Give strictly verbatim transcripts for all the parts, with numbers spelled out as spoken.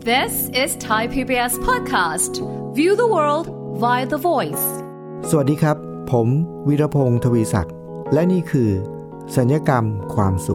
This is Thai พี บี เอส podcast. View the world via the voice. สวัสดีครับผมวีรพงศ์ทวีศักดิ์และนี่คือสัญญกรรมความสุข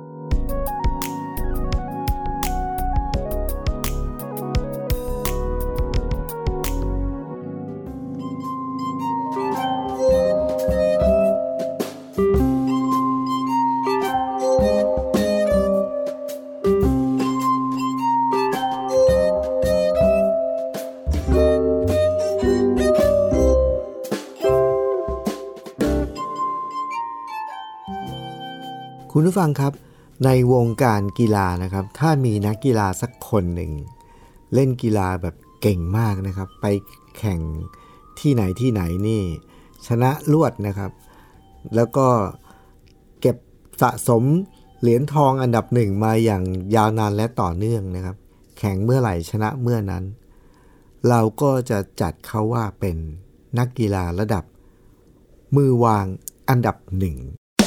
คุณผู้ฟังครับในวงการกีฬานะครับถ้ามีนักกีฬาสักคนหนึ่งเล่นกีฬาแบบเก่งมากนะครับไปแข่งที่ไหนที่ไหนนี่ชนะรวดนะครับแล้วก็เก็บสะสมเหรียญทองอันดับหนึ่งมาอย่างยาวนานและต่อเนื่องนะครับแข่งเมื่อไหร่ชนะเมื่อนั้นเราก็จะจัดเขาว่าเป็นนักกีฬาระดับมือวางอันดับหนึ่ง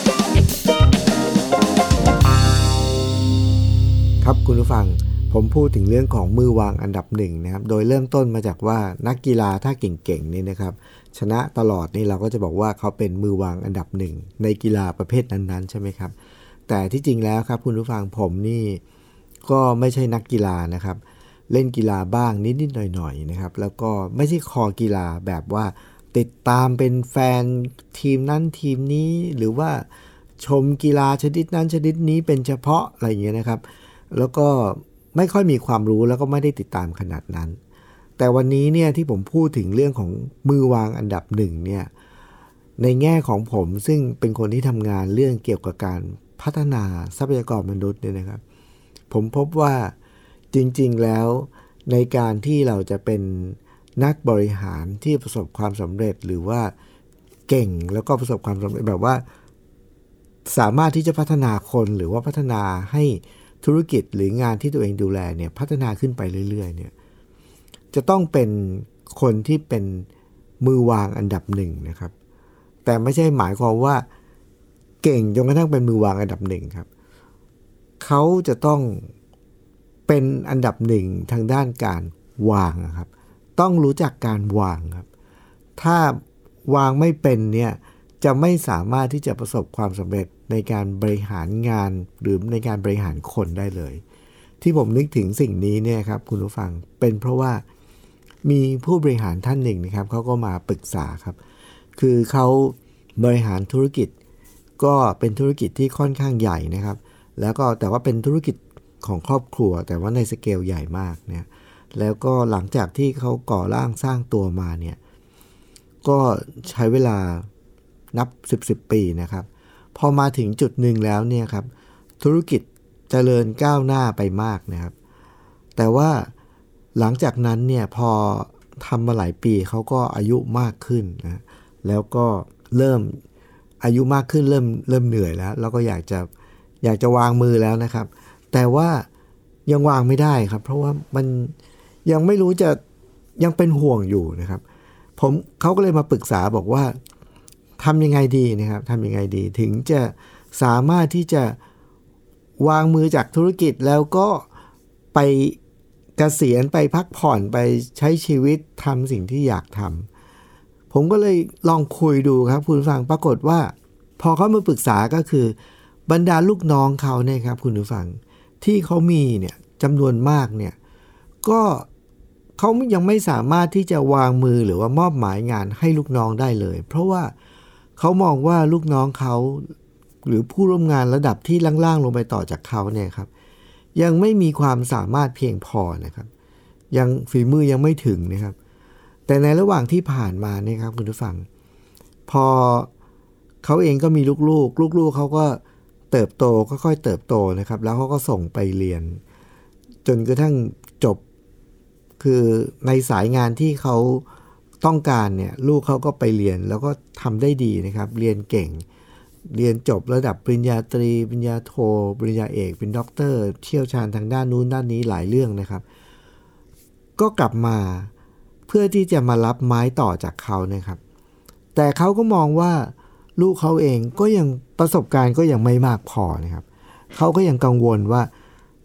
ครับคุณผู้ฟังผมพูดถึงเรื่องของมือวางอันดับหนึ่งนะครับโดยเริ่มต้นมาจากว่านักกีฬาถ้าเก่งๆนี่นะครับชนะตลอดนี่เราก็จะบอกว่าเขาเป็นมือวางอันดับหนึ่งในกีฬาประเภทนั้นๆใช่ไหมครับแต่ที่จริงแล้วครับคุณผู้ฟังผมนี่ก็ไม่ใช่นักกีฬานะครับเล่นกีฬาบ้างนิดๆหน่อยๆนะครับแล้วก็ไม่ใช่คอกีฬาแบบว่าติดตามเป็นแฟนทีมนั้นทีมนี้หรือว่าชมกีฬาชนิดนั้นชนิดนี้เป็นเฉพาะอะไรอย่างเงี้ยนะครับแล้วก็ไม่ค่อยมีความรู้แล้วก็ไม่ได้ติดตามขนาดนั้นแต่วันนี้เนี่ยที่ผมพูดถึงเรื่องของมือวางอันดับหนึ่งเนี่ยในแง่ของผมซึ่งเป็นคนที่ทำงานเรื่องเกี่ยวกับการพัฒนาทรัพยากรมนุษย์เนี่ยนะครับผมพบว่าจริงๆแล้วในการที่เราจะเป็นนักบริหารที่ประสบความสำเร็จหรือว่าเก่งแล้วก็ประสบความสำเร็จแบบว่าสามารถที่จะพัฒนาคนหรือว่าพัฒนาให้ธุรกิจหรืองานที่ตัวเองดูแลเนี่ยพัฒนาขึ้นไปเรื่อยๆเนี่ยจะต้องเป็นคนที่เป็นมือวางอันดับหนึ่งนะครับแต่ไม่ใช่หมายความว่าเก่งจนกระทั่งเป็นมือวางอันดับหนึ่งครับเขาจะต้องเป็นอันดับหนึ่งทางด้านการวางครับต้องรู้จักการวางครับถ้าวางไม่เป็นเนี่ยจะไม่สามารถที่จะประสบความสำเร็จในการบริหารงานหรือในการบริหารคนได้เลยที่ผมนึกถึงสิ่งนี้เนี่ยครับคุณผู้ฟังเป็นเพราะว่ามีผู้บริหารท่านหนึ่งนะครับเขาก็มาปรึกษาครับคือเขาบริหารธุรกิจก็เป็นธุรกิจที่ค่อนข้างใหญ่นะครับแล้วก็แต่ว่าเป็นธุรกิจของครอบครัวแต่ว่าในสเกลใหญ่มากเนี่ยแล้วก็หลังจากที่เขาก่อร่างสร้างตัวมาเนี่ยก็ใช้เวลานับสิบ สิบปีนะครับพอมาถึงจุดหนึ่งแล้วเนี่ยครับธุรกิจเจริญก้าวหน้าไปมากนะครับแต่ว่าหลังจากนั้นเนี่ยพอทำมาหลายปีเขาก็อายุมากขึ้นนะแล้วก็เริ่มอายุมากขึ้นเริ่มเริ่มเหนื่อยแล้วแล้วก็อยากจะอยากจะวางมือแล้วนะครับแต่ว่ายังวางไม่ได้ครับเพราะว่ามันยังไม่รู้จะยังเป็นห่วงอยู่นะครับผมเขาก็เลยมาปรึกษาบอกว่าทำยังไงดีนะครับทำยังไงดีถึงจะสามารถที่จะวางมือจากธุรกิจแล้วก็ไปเกษียณไปพักผ่อนไปใช้ชีวิตทำสิ่งที่อยากทำผมก็เลยลองคุยดูครับคุณผู้ฟังปรากฏว่าพอเขามาปรึกษาก็คือบรรดาลูกน้องเขาเนี่ยครับคุณผู้ฟังที่เขามีเนี่ยจำนวนมากเนี่ยก็เขายังไม่สามารถที่จะวางมือหรือว่ามอบหมายงานให้ลูกน้องได้เลยเพราะว่าเขามองว่าลูกน้องเขาหรือผู้ร่วมงานระดับที่ล่างๆลงไปต่อจากเขาเนี่ยครับยังไม่มีความสามารถเพียงพอนะครับยังฝีมือยังไม่ถึงนะครับแต่ในระหว่างที่ผ่านมาเนี่ยครับคุณผู้ฟังพอเขาเองก็มีลูกๆลูกๆเขาก็เติบโตค่อยๆเติบโตนะครับแล้วเขาก็ส่งไปเรียนจนกระทั่งจบคือในสายงานที่เขาต้องการเนี่ยลูกเขาก็ไปเรียนแล้วก็ทำได้ดีนะครับเรียนเก่งเรียนจบระดับปริญญาตรีปริญญาโทปริญญาเอกเป็นด็อกเตอร์เชี่ยวชาญทางด้านนู้นด้านนี้หลายเรื่องนะครับก็กลับมาเพื่อที่จะมารับไม้ต่อจากเขานะครับแต่เขาก็มองว่าลูกเขาเองก็ยังประสบการณ์ก็ยังไม่มากพอนะครับเขาก็ยังกังวลว่า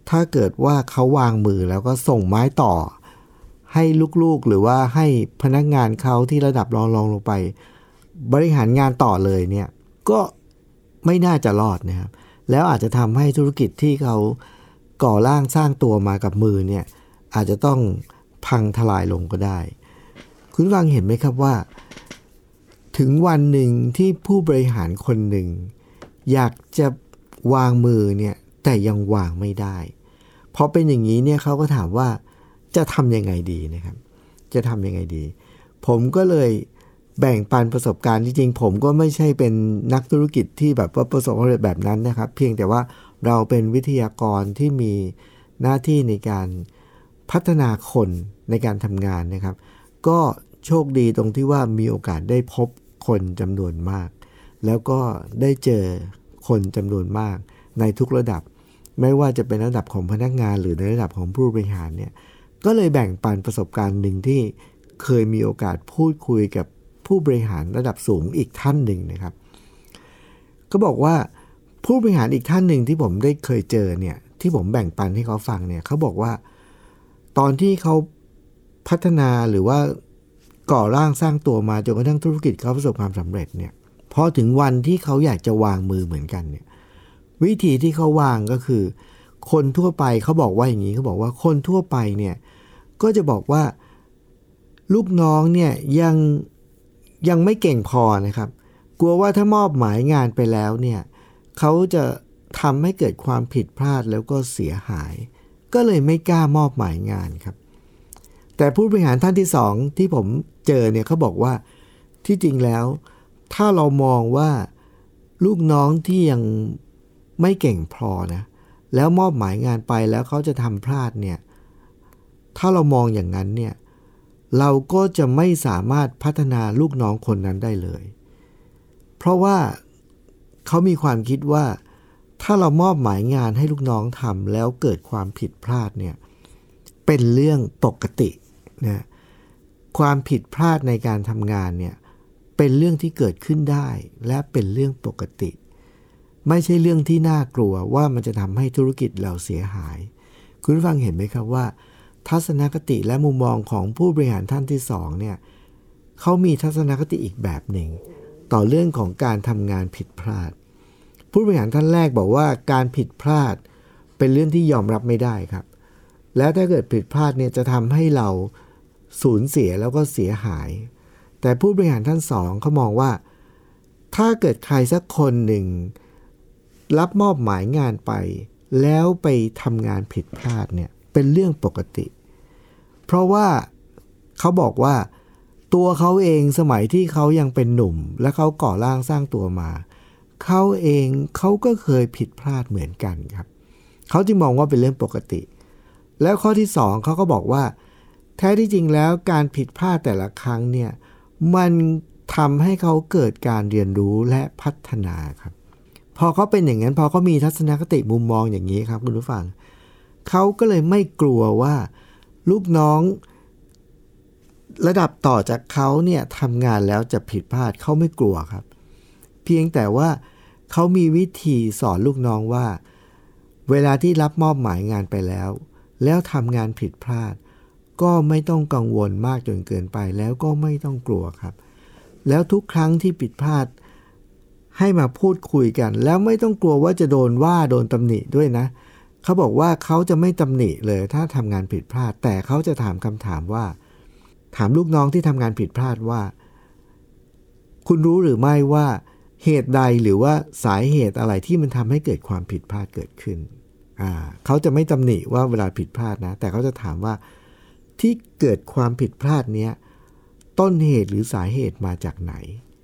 ถ้าเกิดว่าเขาวางมือแล้วก็ส่งไม้ต่อให้ลูกๆหรือว่าให้พนักงานเขาที่ระดับรองๆลงไปบริหารงานต่อเลยเนี่ยก็ไม่น่าจะรอดนะครับแล้วอาจจะทำให้ธุรกิจที่เขาก่อร่างสร้างตัวมากับมือเนี่ยอาจจะต้องพังทลายลงก็ได้คุณฟังเห็นไหมครับว่าถึงวันหนึ่งที่ผู้บริหารคนหนึ่งอยากจะวางมือเนี่ยแต่ยังวางไม่ได้พอเป็นอย่างนี้เนี่ยเขาก็ถามว่าจะทำยังไงดีนะครับจะทำยังไงดีผมก็เลยแบ่งปันประสบการณ์จริงๆผมก็ไม่ใช่เป็นนักธุรกิจที่แบบว่าประสบความสำเร็จแบบนั้นนะครับเพียงแต่ว่าเราเป็นวิทยากรที่มีหน้าที่ในการพัฒนาคนในการทำงานนะครับก็โชคดีตรงที่ว่ามีโอกาสได้พบคนจำนวนมากแล้วก็ได้เจอคนจำนวนมากในทุกระดับไม่ว่าจะเป็นระดับของพนักงานหรือในระดับของผู้บริหารเนี่ยก็เลยแบ่งปันประสบการณ์หนึ่งที่เคยมีโอกาสพูดคุยกับผู้บริหารระดับสูงอีกท่านหนึ่งนะครับก็บอกว่าผู้บริหารอีกท่านหนึ่งที่ผมได้เคยเจอเนี่ยที่ผมแบ่งปันให้เขาฟังเนี่ยเขาบอกว่าตอนที่เขาพัฒนาหรือว่าก่อร่างสร้างตัวมาจนกระทั่งธุรกิจเขาประสบความสำเร็จเนี่ยพอถึงวันที่เขาอยากจะวางมือเหมือนกันเนี่ยวิธีที่เขาวางก็คือคนทั่วไปเขาบอกว่าอย่างนี้เขาบอกว่าคนทั่วไปเนี่ยก็จะบอกว่าลูกน้องเนี่ยยังยังไม่เก่งพอนะครับกลัวว่าถ้ามอบหมายงานไปแล้วเนี่ยเขาจะทำให้เกิดความผิดพลาดแล้วก็เสียหายก็เลยไม่กล้ามอบหมายงานครับแต่ผู้บริหารท่านที่สองที่ผมเจอเนี่ยเขาบอกว่าที่จริงแล้วถ้าเรามองว่าลูกน้องที่ยังไม่เก่งพอนะแล้วมอบหมายงานไปแล้วเขาจะทำพลาดเนี่ยถ้าเรามองอย่างนั้นเนี่ยเราก็จะไม่สามารถพัฒนาลูกน้องคนนั้นได้เลยเพราะว่าเขามีความคิดว่าถ้าเรามอบหมายงานให้ลูกน้องทำแล้วเกิดความผิดพลาดเนี่ยเป็นเรื่องปกตินะความผิดพลาดในการทำงานเนี่ยเป็นเรื่องที่เกิดขึ้นได้และเป็นเรื่องปกติไม่ใช่เรื่องที่น่ากลัวว่ามันจะทำให้ธุรกิจเราเสียหายคุณฟังเห็นไหมครับว่าทัศนคติและมุมมองของผู้บริหารท่านที่สองเนี่ยเขามีทัศนคติอีกแบบหนึ่งต่อเรื่องของการทำงานผิดพลาดผู้บริหารท่านแรกบอกว่าการผิดพลาดเป็นเรื่องที่ยอมรับไม่ได้ครับแล้วถ้าเกิดผิดพลาดเนี่ยจะทำให้เราสูญเสียแล้วก็เสียหายแต่ผู้บริหารท่านสองเขามองว่าถ้าเกิดใครสักคนหนึ่งรับมอบหมายงานไปแล้วไปทำงานผิดพลาดเนี่ยเป็นเรื่องปกติเพราะว่าเขาบอกว่าตัวเขาเองสมัยที่เขายังเป็นหนุ่มและเขาก่อร่างสร้างตัวมาเขาเองเขาก็เคยผิดพลาดเหมือนกันครับเขาจึงมองว่าเป็นเรื่องปกติแล้วข้อที่สองเขาก็บอกว่าแท้ที่จริงแล้วการผิดพลาดแต่ละครั้งเนี่ยมันทำให้เขาเกิดการเรียนรู้และพัฒนาครับพอเขาเป็นอย่างนั้นพอเขามีทัศนคติมุมมองอย่างนี้ครับคุณผู้ฟังเขาก็เลยไม่กลัวว่าลูกน้องระดับต่อจากเขาเนี่ยทำงานแล้วจะผิดพลาดเขาไม่กลัวครับเพียงแต่ว่าเขามีวิธีสอนลูกน้องว่าเวลาที่รับมอบหมายงานไปแล้วแล้วทำงานผิดพลาดก็ไม่ต้องกังวลมากจนเกินไปแล้วก็ไม่ต้องกลัวครับแล้วทุกครั้งที่ผิดพลาดให้มาพูดคุยกันแล้วไม่ต้องกลัวว่าจะโดนว่าโดนตำหนิด้วยนะเขาบอกว่าเขาจะไม่ตำหนิเลยถ้าทำงานผิดพลาดแต่เขาจะถามคำถามว่าถามลูกน้องที่ทำงานผิดพลาดว่าคุณรู้หรือไม่ว่าเหตุใดหรือว่าสาเหตุอะไรที่มันทำให้เกิดความผิดพลาดเกิดขึ้นอ่าเขาจะไม่ตำหนิว่าเวลาผิดพลาดนะแต่เขาจะถามว่าที่เกิดความผิดพลาดเนี้ยต้นเหตุหรือสาเหตุมาจากไหน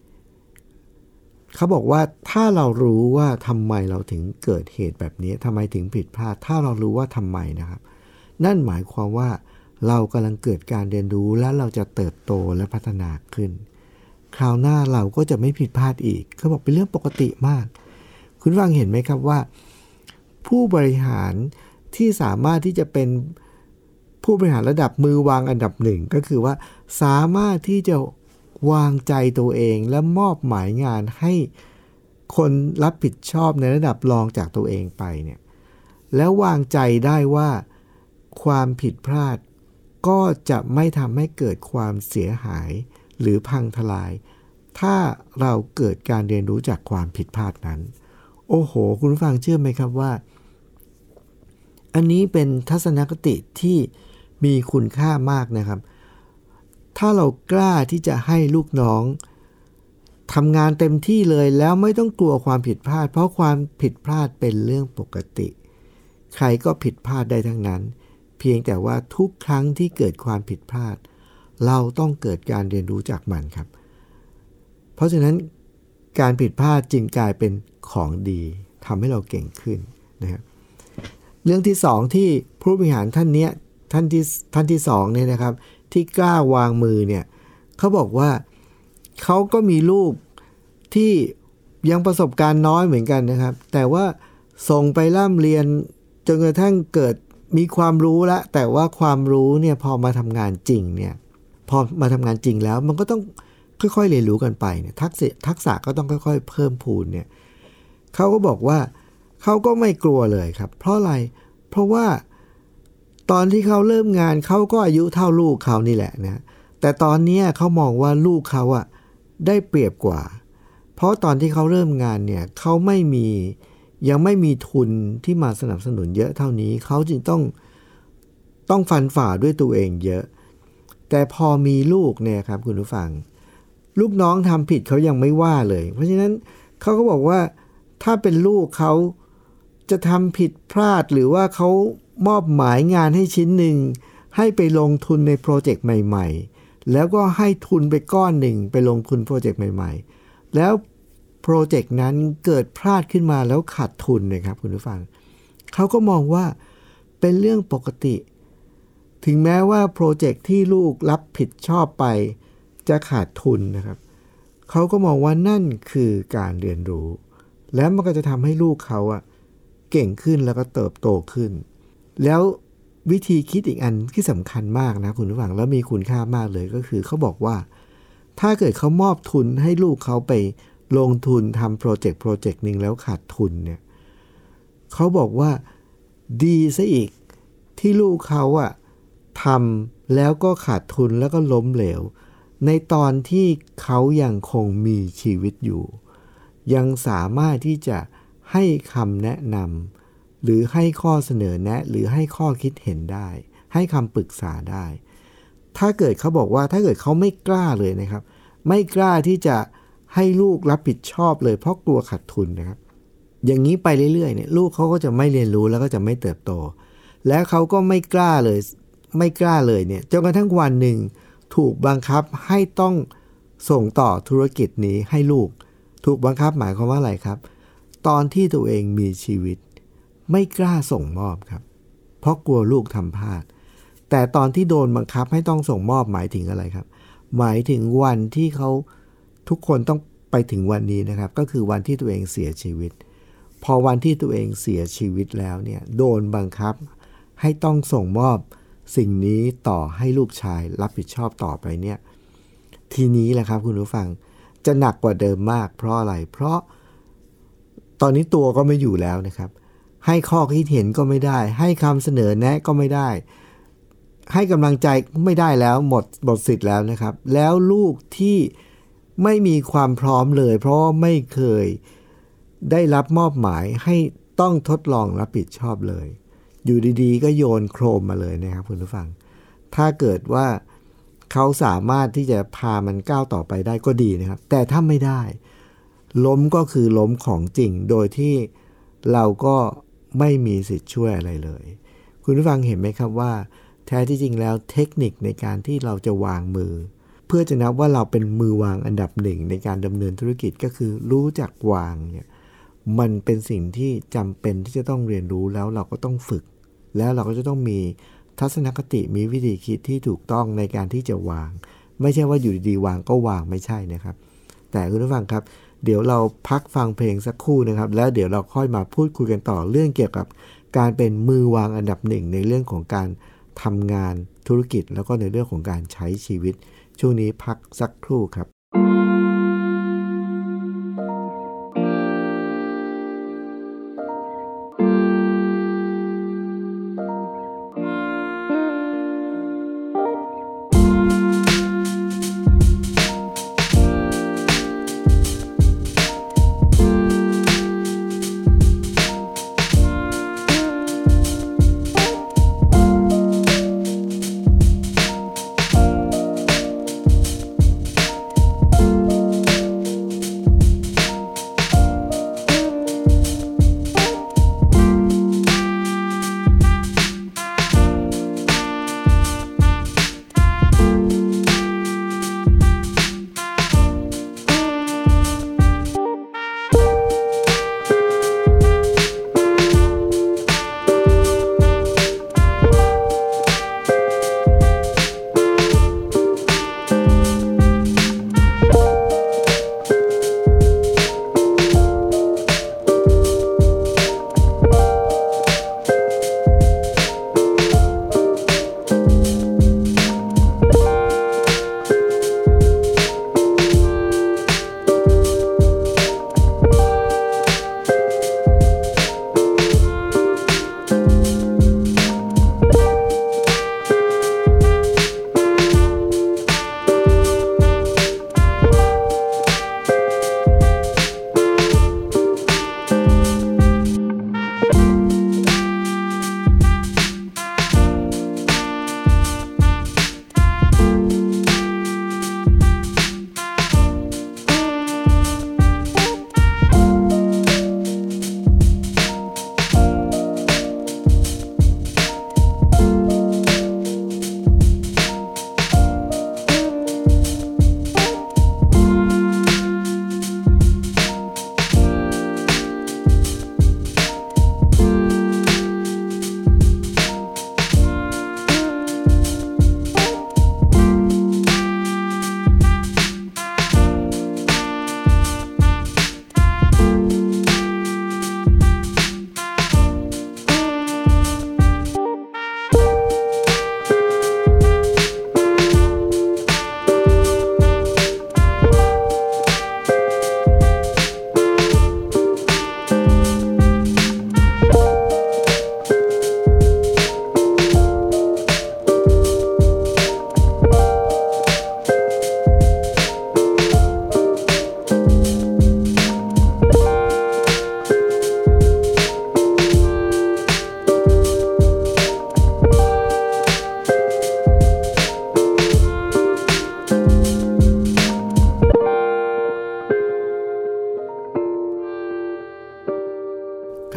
เขาบอกว่าถ้าเรารู้ว่าทำไมเราถึงเกิดเหตุแบบนี้ทำไมถึงผิดพลาดถ้าเรารู้ว่าทำไมนะครับนั่นหมายความว่าเรากำลังเกิดการเรียนรู้และเราจะเติบโตและพัฒนาขึ้นคราวหน้าเราก็จะไม่ผิดพลาดอีกเขาบอกเป็นเรื่องปกติมากคุณฟังเห็นไหมครับว่าผู้บริหารที่สามารถที่จะเป็นผู้บริหารระดับมือวางอันดับหนึ่งก็คือว่าสามารถที่จะวางใจตัวเองและมอบหมายงานให้คนรับผิดชอบในระดับรองจากตัวเองไปเนี่ยแล้ววางใจได้ว่าความผิดพลาดก็จะไม่ทำให้เกิดความเสียหายหรือพังทลายถ้าเราเกิดการเรียนรู้จากความผิดพลาดนั้นโอ้โหคุณผู้ฟังเชื่อไหมครับว่าอันนี้เป็นทัศนคติที่มีคุณค่ามากนะครับถ้าเรากล้าที่จะให้ลูกน้องทำงานเต็มที่เลยแล้วไม่ต้องกลัวความผิดพลาดเพราะความผิดพลาดเป็นเรื่องปกติใครก็ผิดพลาดได้ทั้งนั้นเพียงแต่ว่าทุกครั้งที่เกิดความผิดพลาดเราต้องเกิดการเรียนรู้จากมันครับเพราะฉะนั้นการผิดพลาดจึงกลายเป็นของดีทำให้เราเก่งขึ้นนะครับเรื่องที่สองที่ผู้บริหารท่านนี้ท่านที่ท่านที่สองเนี่ยนะครับที่กล้าวางมือเนี่ยเขาบอกว่าเขาก็มีลูกที่ยังประสบการณ์น้อยเหมือนกันนะครับแต่ว่าส่งไปร่ำเรียนจนกระทั่งเกิดมีความรู้แล้วแต่ว่าความรู้เนี่ยพอมาทำงานจริงเนี่ยพอมาทำงานจริงแล้วมันก็ต้องค่อยๆเรียนรู้กันไปเนี่ยทักษะทักษะก็ต้องค่อยๆเพิ่มพูนเนี่ยเขาก็บอกว่าเขาก็ไม่กลัวเลยครับเพราะอะไรเพราะว่าตอนที่เขาเริ่มงานเขาก็อายุเท่าลูกเขานี่แหละนะแต่ตอนนี้เขามองว่าลูกเขาอะได้เปรียบกว่าเพราะตอนที่เขาเริ่มงานเนี่ยเขาไม่มียังไม่มีทุนที่มาสนับสนุนเยอะเท่านี้เขาจึงต้องต้องฟันฝ่าด้วยตัวเองเยอะแต่พอมีลูกเนี่ยครับคุณผู้ฟังลูกน้องทำผิดเขายังไม่ว่าเลยเพราะฉะนั้นเขาก็บอกว่าถ้าเป็นลูกเขาจะทำผิดพลาดหรือว่าเขามอบหมายงานให้ชิ้นหนึ่งให้ไปลงทุนในโปรเจกต์ใหม่ๆแล้วก็ให้ทุนไปก้อนหนึ่งไปลงทุนโปรเจกต์ใหม่ๆแล้วโปรเจกต์นั้นเกิดพลาดขึ้นมาแล้วขาดทุนนะครับคุณผู้ฟังเขาก็มองว่าเป็นเรื่องปกติถึงแม้ว่าโปรเจกต์ที่ลูกรับผิดชอบไปจะขาดทุนนะครับเขาก็มองว่านั่นคือการเรียนรู้แล้วมันก็จะทำให้ลูกเขาอะเก่งขึ้นแล้วก็เติบโตขึ้นแล้ววิธีคิดอีกอันที่สำคัญมากนะคุณผู้ฟังแล้วมีคุณค่ามากเลยก็คือเขาบอกว่าถ้าเกิดเขามอบทุนให้ลูกเขาไปลงทุนทำโปรเจกต์โปรเจกต์หนึ่งแล้วขาดทุนเนี่ยเขาบอกว่าดีซะอีกที่ลูกเขาอะทำแล้วก็ขาดทุนแล้วก็ล้มเหลวในตอนที่เขายังคงมีชีวิตอยู่ยังสามารถที่จะให้คำแนะนำหรือให้ข้อเสนอแนะหรือให้ข้อคิดเห็นได้ให้คำปรึกษาได้ถ้าเกิดเขาบอกว่าถ้าเกิดเขาไม่กล้าเลยนะครับไม่กล้าที่จะให้ลูกรับผิดชอบเลยเพราะกลัวขาดทุนนะครับอย่างนี้ไปเรื่อยๆเนี่ยลูกเขาก็จะไม่เรียนรู้แล้วก็จะไม่เติบโตแล้วเขาก็ไม่กล้าเลยไม่กล้าเลยเนี่ยจนกระทั่งวันหนึ่งถูกบังคับให้ต้องส่งต่อธุรกิจนี้ให้ลูกถูกบังคับหมายความว่าอะไรครับตอนที่ตัวเองมีชีวิตไม่กล้าส่งมอบครับเพราะกลัวลูกทำพลาดแต่ตอนที่โดนบังคับให้ต้องส่งมอบหมายถึงอะไรครับหมายถึงวันที่เขาทุกคนต้องไปถึงวันนี้นะครับก็คือวันที่ตัวเองเสียชีวิตพอวันที่ตัวเองเสียชีวิตแล้วเนี่ยโดนบังคับให้ต้องส่งมอบสิ่งนี้ต่อให้ลูกชายรับผิดชอบต่อไปเนี่ยทีนี้แหละครับคุณผู้ฟังจะหนักกว่าเดิมมากเพราะอะไรเพราะตอนนี้ตัวก็ไม่อยู่แล้วนะครับให้ข้อคิดเห็นก็ไม่ได้ให้คำเสนอแนะก็ไม่ได้ให้กำลังใจไม่ได้แล้วหมดหมดสิทธิ์แล้วนะครับแล้วลูกที่ไม่มีความพร้อมเลยเพราะไม่เคยได้รับมอบหมายให้ต้องทดลองรับผิดชอบเลยอยู่ดีๆก็โยนโครมมาเลยนะครับคุณผู้ฟังถ้าเกิดว่าเขาสามารถที่จะพามันก้าวต่อไปได้ก็ดีนะครับแต่ถ้าไม่ได้ล้มก็คือล้มของจริงโดยที่เราก็ไม่มีสิทธิ์ช่วยอะไรเลยคุณผู้ฟังเห็นไหมครับว่าแท้ที่จริงแล้วเทคนิคในการที่เราจะวางมือเพื่อจะนับว่าเราเป็นมือวางอันดับหนึ่งในการดำเนินธุรกิจก็คือรู้จักวางเนี่ยมันเป็นสิ่งที่จำเป็นที่จะต้องเรียนรู้แล้วเราก็ต้องฝึกแล้วเราก็จะต้องมีทัศนคติมีวิธีคิดที่ถูกต้องในการที่จะวางไม่ใช่ว่าอยู่ดีๆวางก็วางไม่ใช่นะครับแต่คุณผู้ฟังครับเดี๋ยวเราพักฟังเพลงสักครู่นะครับแล้วเดี๋ยวเราค่อยมาพูดคุยกันต่อเรื่องเกี่ยวกับการเป็นมือวางอันดับหนึ่งในเรื่องของการทำงานธุรกิจแล้วก็ในเรื่องของการใช้ชีวิตช่วงนี้พักสักครู่ครับ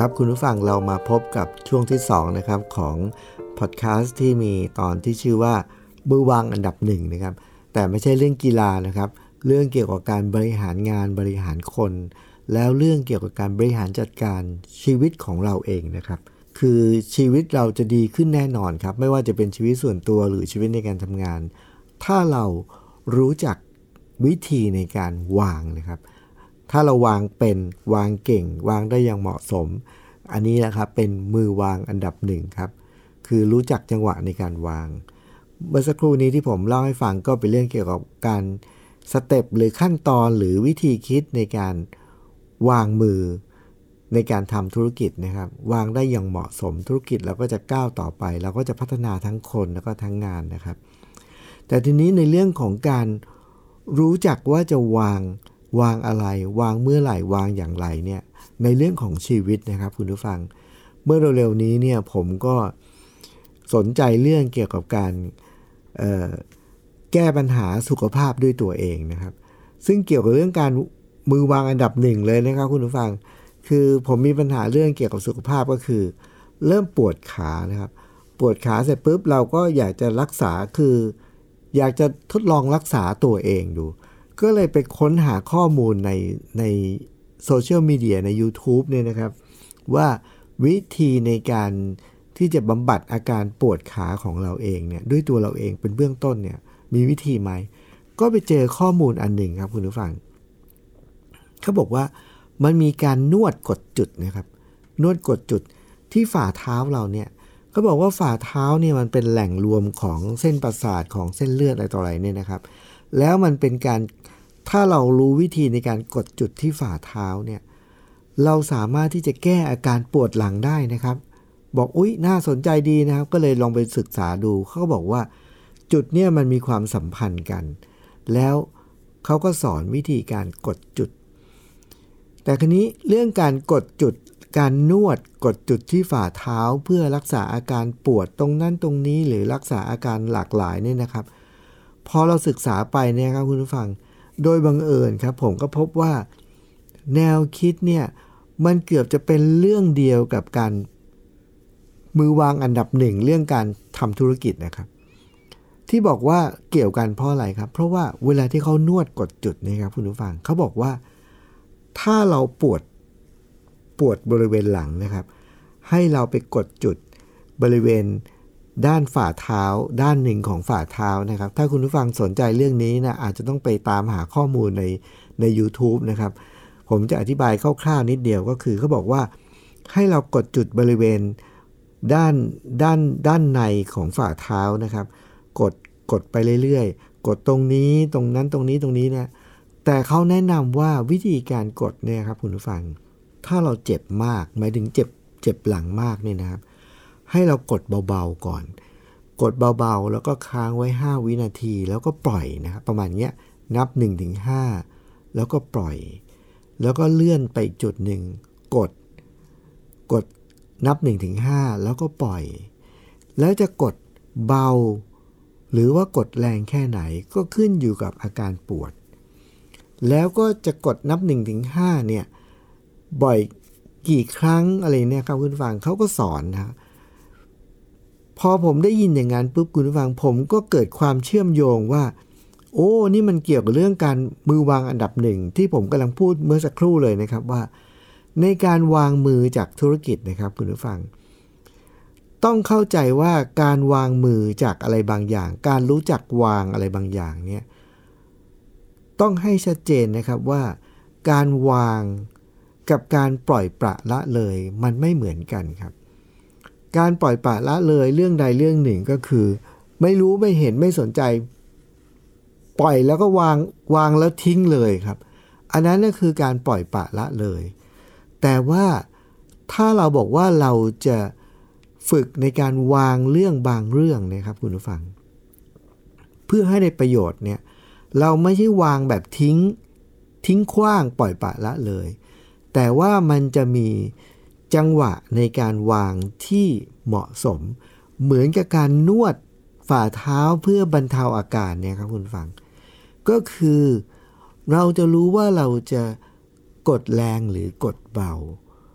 ครับคุณผู้ฟังเรามาพบกับช่วงที่สองนะครับของพอดแคสต์ที่มีตอนที่ชื่อว่ามือวางอันดับหนึ่งนะครับแต่ไม่ใช่เรื่องกีฬานะครับเรื่องเกี่ยวกับการบริหารงานบริหารคนแล้วเรื่องเกี่ยวกับการบริหารจัดการชีวิตของเราเองนะครับคือชีวิตเราจะดีขึ้นแน่นอนครับไม่ว่าจะเป็นชีวิตส่วนตัวหรือชีวิตในการทำงานถ้าเรารู้จักวิธีในการวางนะครับถ้าเราวางเป็นวางเก่งวางได้อย่างเหมาะสมอันนี้นะครับเป็นมือวางอันดับหนึ่งครับคือรู้จักจังหวะในการวางเมื่อสักครู่นี้ที่ผมเล่าให้ฟังก็เป็นเรื่องเกี่ยวกับการสเต็ปหรือขั้นตอนหรือวิธีคิดในการวางมือในการทำธุรกิจนะครับวางได้อย่างเหมาะสมธุรกิจเราก็จะก้าวต่อไปเราก็จะพัฒนาทั้งคนแล้วก็ทั้งงานนะครับแต่ทีนี้ในเรื่องของการรู้จักว่าจะวางวางอะไรวางเมื่อไหร่วางอย่างไรเนี่ยในเรื่องของชีวิตนะครับคุณผู้ฟังเมื่อเร็วๆนี้เนี่ยผมก็สนใจเรื่องเกี่ยวกับการเอ่อแก้ปัญหาสุขภาพด้วยตัวเองนะครับซึ่งเกี่ยวกับเรื่องการมือวางอันดับหนึ่งเลยนะครับคุณผู้ฟังคือผมมีปัญหาเรื่องเกี่ยวกับสุขภาพก็คือเริ่มปวดขานะครับปวดขาเสร็จปุ๊บเราก็อยากจะรักษาคืออยากจะทดลองรักษาตัวเองดูก็เลยไปค้นหาข้อมูลในในโซเชียลมีเดียใน YouTube เนี่ยนะครับว่าวิธีในการที่จะบำบัดอาการปวดขาของเราเองเนี่ยด้วยตัวเราเองเป็นเบื้องต้นเนี่ยมีวิธีไหมก็ไปเจอข้อมูลอันหนึ่งครับคุณผู้ฟังเขาบอกว่ามันมีการนวดกดจุดนะครับนวดกดจุดที่ฝ่าเท้าเราเนี่ยเขาบอกว่าฝ่าเท้าเนี่ยมันเป็นแหล่งรวมของเส้นประสาทของเส้นเลือดอะไรต่ออะไรเนี่ยนะครับแล้วมันเป็นการถ้าเรารู้วิธีในการกดจุดที่ฝ่าเท้าเนี่ยเราสามารถที่จะแก้อาการปวดหลังได้นะครับบอกอุ๊ยน่าสนใจดีนะครับก็เลยลองไปศึกษาดูเขาก็บอกว่าจุดเนี่ยมันมีความสัมพันธ์กันแล้วเขาก็สอนวิธีการกดจุดแต่คราวนี้เรื่องการกดจุดการนวดกดจุดที่ฝ่าเท้าเพื่อรักษาอาการปวดตรงนั้นตรงนี้หรือรักษาอาการหลากหลายเนี่ยนะครับพอเราศึกษาไปเนี่ยครับคุณผู้ฟังโดยบังเอิญครับผมก็พบว่าแนวคิดเนี่ยมันเกือบจะเป็นเรื่องเดียวกับการมือวางอันดับหนึ่งเรื่องการทำธุรกิจนะครับที่บอกว่าเกี่ยวกันเพราะอะไรครับเพราะว่าเวลาที่เขานวดกดจุดนะครับคุณผู้ฟังเขาบอกว่าถ้าเราปวดปวดบริเวณหลังนะครับให้เราไปกดจุดบริเวณด้านฝ่าเท้าด้านหนึ่งของฝ่าเท้านะครับถ้าคุณผู้ฟังสนใจเรื่องนี้นะอาจจะต้องไปตามหาข้อมูลในใน YouTube นะครับผมจะอธิบายคร่าวๆนิดเดียวก็คือเขาบอกว่าให้เรากดจุดบริเวณด้านด้านด้านในของฝ่าเท้านะครับกดกดไปเรื่อยๆกดตรงนี้ตรงนั้นตรงนี้ตรงนี้เนี่ยแต่เขาแนะนำว่าวิธีการกดเนี่ยครับคุณผู้ฟังถ้าเราเจ็บมากหมายถึงเจ็บเจ็บหลังมากเนี่ยนะครับให้เรากดเบาๆก่อนกดเบาๆแล้วก็ค้างไว้ห้าวินาทีแล้วก็ปล่อยนะครับประมาณเนี้ยนับ หนึ่งถึงห้า แล้วก็ปล่อยแล้วก็เลื่อนไปจุดหนึ่งกดกดนับ หนึ่งถึงห้า แล้วก็ปล่อยแล้วจะกดเบาหรือว่ากดแรงแค่ไหนก็ขึ้นอยู่กับอาการปวดแล้วก็จะกดนับ หนึ่งถึงห้า เนี่ยบ่อยกี่ครั้งอะไรเนี่ยครับคุณผู้ฟังเขาก็สอนนะพอผมได้ยินอย่างนั้นปุ๊บคุณผู้ฟังผมก็เกิดความเชื่อมโยงว่าโอ้นี่มันเกี่ยวกับเรื่องการมือวางอันดับหนึ่งที่ผมกำลังพูดเมื่อสักครู่เลยนะครับว่าในการวางมือจากธุรกิจนะครับคุณผู้ฟังต้องเข้าใจว่าการวางมือจากอะไรบางอย่างการรู้จักวางอะไรบางอย่างเนี่ยต้องให้ชัดเจนนะครับว่าการวางกับการปล่อยปละละเลยมันไม่เหมือนกันครับการปล่อยปละละเลยเรื่องใดเรื่องหนึ่งก็คือไม่รู้ไม่เห็นไม่สนใจปล่อยแล้วก็วางวางแล้วทิ้งเลยครับอันนั้นก็คือการปล่อยปละละเลยแต่ว่าถ้าเราบอกว่าเราจะฝึกในการวางเรื่องบางเรื่องนะครับคุณผู้ฟังเพื่อให้ได้ประโยชน์เนี่ยเราไม่ใช่วางแบบทิ้งทิ้งขว้างปล่อยปละละเลยแต่ว่ามันจะมีจังหวะในการวางที่เหมาะสมเหมือนกับการนวดฝ่าเท้าเพื่อบรรเทาอาการเนี่ยครับคุณฟังก็คือเราจะรู้ว่าเราจะกดแรงหรือกดเบา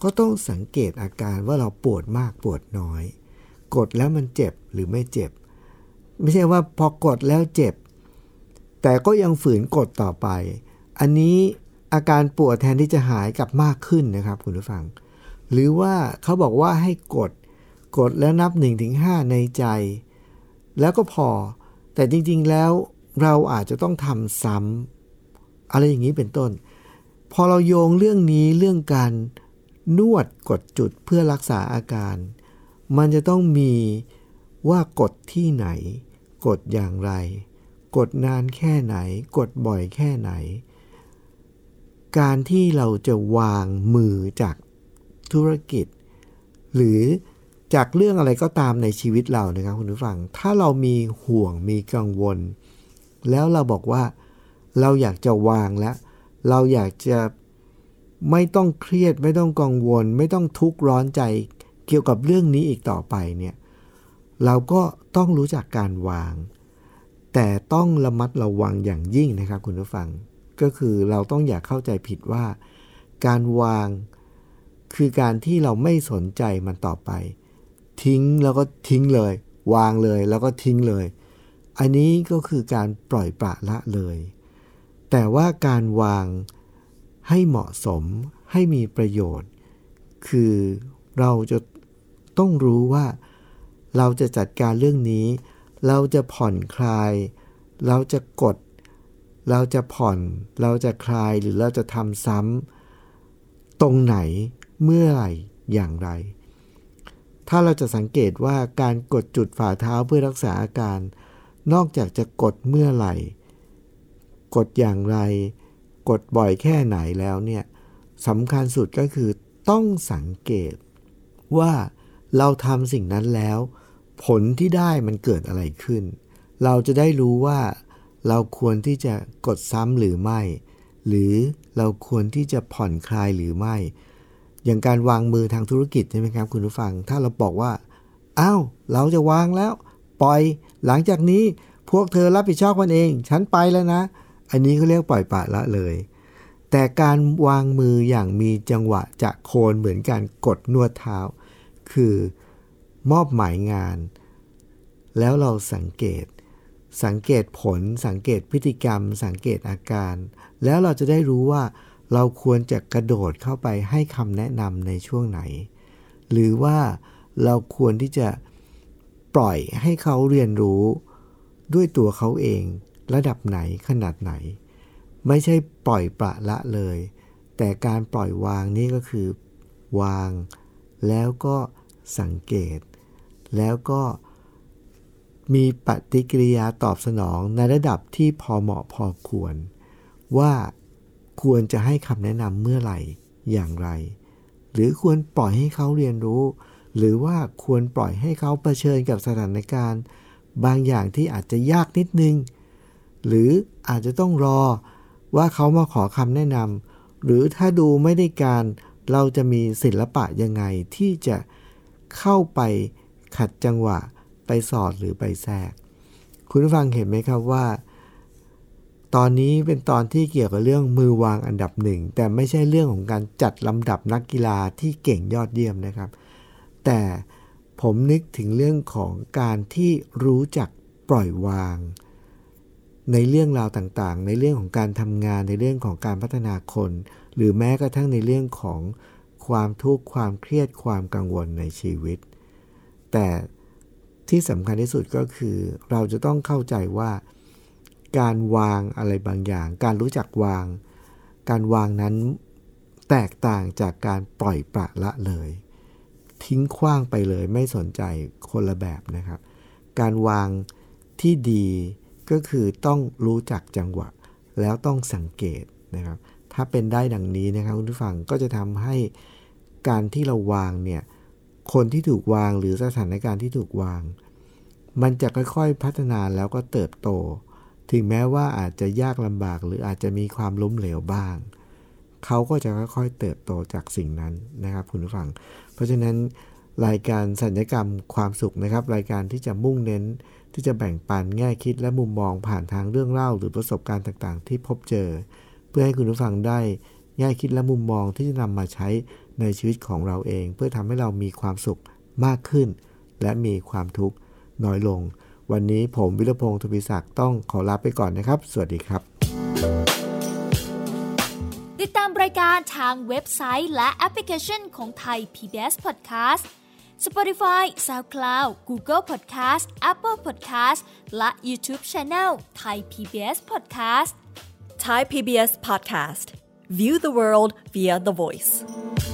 ก็ต้องสังเกตอาการว่าเราปวดมากปวดน้อยกดแล้วมันเจ็บหรือไม่เจ็บไม่ใช่ว่าพอกดแล้วเจ็บแต่ก็ยังฝืนกดต่อไปอันนี้อาการปวดแทนที่จะหายกลับมากขึ้นนะครับคุณผู้ฟังหรือว่าเขาบอกว่าให้กดกดแล้วนับ หนึ่งถึงห้า ในใจแล้วก็พอแต่จริงๆแล้วเราอาจจะต้องทำซ้ำอะไรอย่างนี้เป็นต้นพอเราโยงเรื่องนี้เรื่องการนวดกดจุดเพื่อรักษาอาการมันจะต้องมีว่ากดที่ไหนกดอย่างไรกดนานแค่ไหนกดบ่อยแค่ไหนการที่เราจะวางมือจากธุรกิจหรือจากเรื่องอะไรก็ตามในชีวิตเรานะครับคุณผู้ฟังถ้าเรามีห่วงมีกังวลแล้วเราบอกว่าเราอยากจะวางแล้วเราอยากจะไม่ต้องเครียดไม่ต้องกังวลไม่ต้องทุกข์ร้อนใจเกี่ยวกับเรื่องนี้อีกต่อไปเนี่ยเราก็ต้องรู้จักการวางแต่ต้องระมัดระวังอย่างยิ่งนะครับคุณผู้ฟังก็คือเราต้องอย่าเข้าใจผิดว่าการวางคือการที่เราไม่สนใจมันต่อไปทิ้งแล้วก็ทิ้งเลยวางเลยแล้วก็ทิ้งเลยอันนี้ก็คือการปล่อยปละละเลยแต่ว่าการวางให้เหมาะสมให้มีประโยชน์คือเราจะต้องรู้ว่าเราจะจัดการเรื่องนี้เราจะผ่อนคลายเราจะกดเราจะผ่อนเราจะคลายหรือเราจะทำซ้ำตรงไหนเมื่อไหร่อย่างไรถ้าเราจะสังเกตว่าการกดจุดฝ่าเท้าเพื่อรักษาอาการนอกจากจะกดเมื่อไหร่กดอย่างไรกดบ่อยแค่ไหนแล้วเนี่ยสำคัญสุดก็คือต้องสังเกตว่าเราทำสิ่งนั้นแล้วผลที่ได้มันเกิดอะไรขึ้นเราจะได้รู้ว่าเราควรที่จะกดซ้ำหรือไม่หรือเราควรที่จะผ่อนคลายหรือไม่อย่างการวางมือทางธุรกิจใช่ไหมครับคุณผู้ฟังถ้าเราบอกว่าอ้าวเราจะวางแล้วปล่อยหลังจากนี้พวกเธอรับผิดชอบกันเองฉันไปแล้วนะอันนี้เขาเรียกปล่อยปละละเลยแต่การวางมืออย่างมีจังหวะจะโคนเหมือนการกดนวดเท้าคือมอบหมายงานแล้วเราสังเกตสังเกตผลสังเกตพฤติกรรมสังเกตอาการแล้วเราจะได้รู้ว่าเราควรจะกระโดดเข้าไปให้คำแนะนำในช่วงไหนหรือว่าเราควรที่จะปล่อยให้เขาเรียนรู้ด้วยตัวเขาเองระดับไหนขนาดไหนไม่ใช่ปล่อยปละละเลยแต่การปล่อยวางนี่ก็คือวางแล้วก็สังเกตแล้วก็มีปฏิกิริยาตอบสนองในระดับที่พอเหมาะพอควรว่าควรจะให้คำแนะนำเมื่อไหร่อย่างไรหรือควรปล่อยให้เขาเรียนรู้หรือว่าควรปล่อยให้เขาเผชิญกับสถานการณ์บางอย่างที่อาจจะยากนิดนึงหรืออาจจะต้องรอว่าเขามาขอคำแนะนำหรือถ้าดูไม่ได้การเราจะมีศิลปะยังไงที่จะเข้าไปขัดจังหวะไปสอดหรือไปแทรกคุณผู้ฟังเห็นไหมครับว่าตอนนี้เป็นตอนที่เกี่ยวกับเรื่องมือวางอันดับหนึ่งแต่ไม่ใช่เรื่องของการจัดลำดับนักกีฬาที่เก่งยอดเยี่ยมนะครับแต่ผมนึกถึงเรื่องของการที่รู้จักปล่อยวางในเรื่องราวต่างๆในเรื่องของการทำงานในเรื่องของการพัฒนาคนหรือแม้กระทั่งในเรื่องของความทุกข์ความเครียดความกังวลในชีวิตแต่ที่สำคัญที่สุดก็คือเราจะต้องเข้าใจว่าการวางอะไรบางอย่างการรู้จักวางการวางนั้นแตกต่างจากการปล่อยปละละเลยทิ้งขว้างไปเลยไม่สนใจคนละแบบนะครับการวางที่ดีก็คือต้องรู้จักจังหวะแล้วต้องสังเกตนะครับถ้าเป็นได้ดังนี้นะครับคุณผู้ฟังก็จะทำให้การที่เราวางเนี่ยคนที่ถูกวางหรือสถานการณ์ที่ถูกวางมันจะค่อยๆพัฒนาแล้วก็เติบโตถึงแม้ว่าอาจจะยากลำบากหรืออาจจะมีความล้มเหลวบ้างเขาก็จะค่อยๆเติบโตจากสิ่งนั้นนะครับคุณผู้ฟังเพราะฉะนั้นรายการสัญญกรรมความสุขนะครับรายการที่จะมุ่งเน้นที่จะแบ่งปันแง่คิดและมุมมองผ่านทางเรื่องเล่าหรือประสบการณ์ต่างๆที่พบเจอเพื่อให้คุณผู้ฟังได้แง่คิดและมุมมองที่จะนำมาใช้ในชีวิตของเราเองเพื่อทำให้เรามีความสุขมากขึ้นและมีความทุกข์น้อยลงวันนี้ผมวิรพงษ์ ทวีศักดิ์ต้องขอลาไปก่อนนะครับสวัสดีครับติดตามรายการทางเว็บไซต์และแอปพลิเคชันของไทย พี บี เอส Podcast Spotify, SoundCloud, Google Podcast, Apple Podcast และ YouTube Channel Thai พี บี เอส Podcast Thai พี บี เอส Podcast View the world via the voice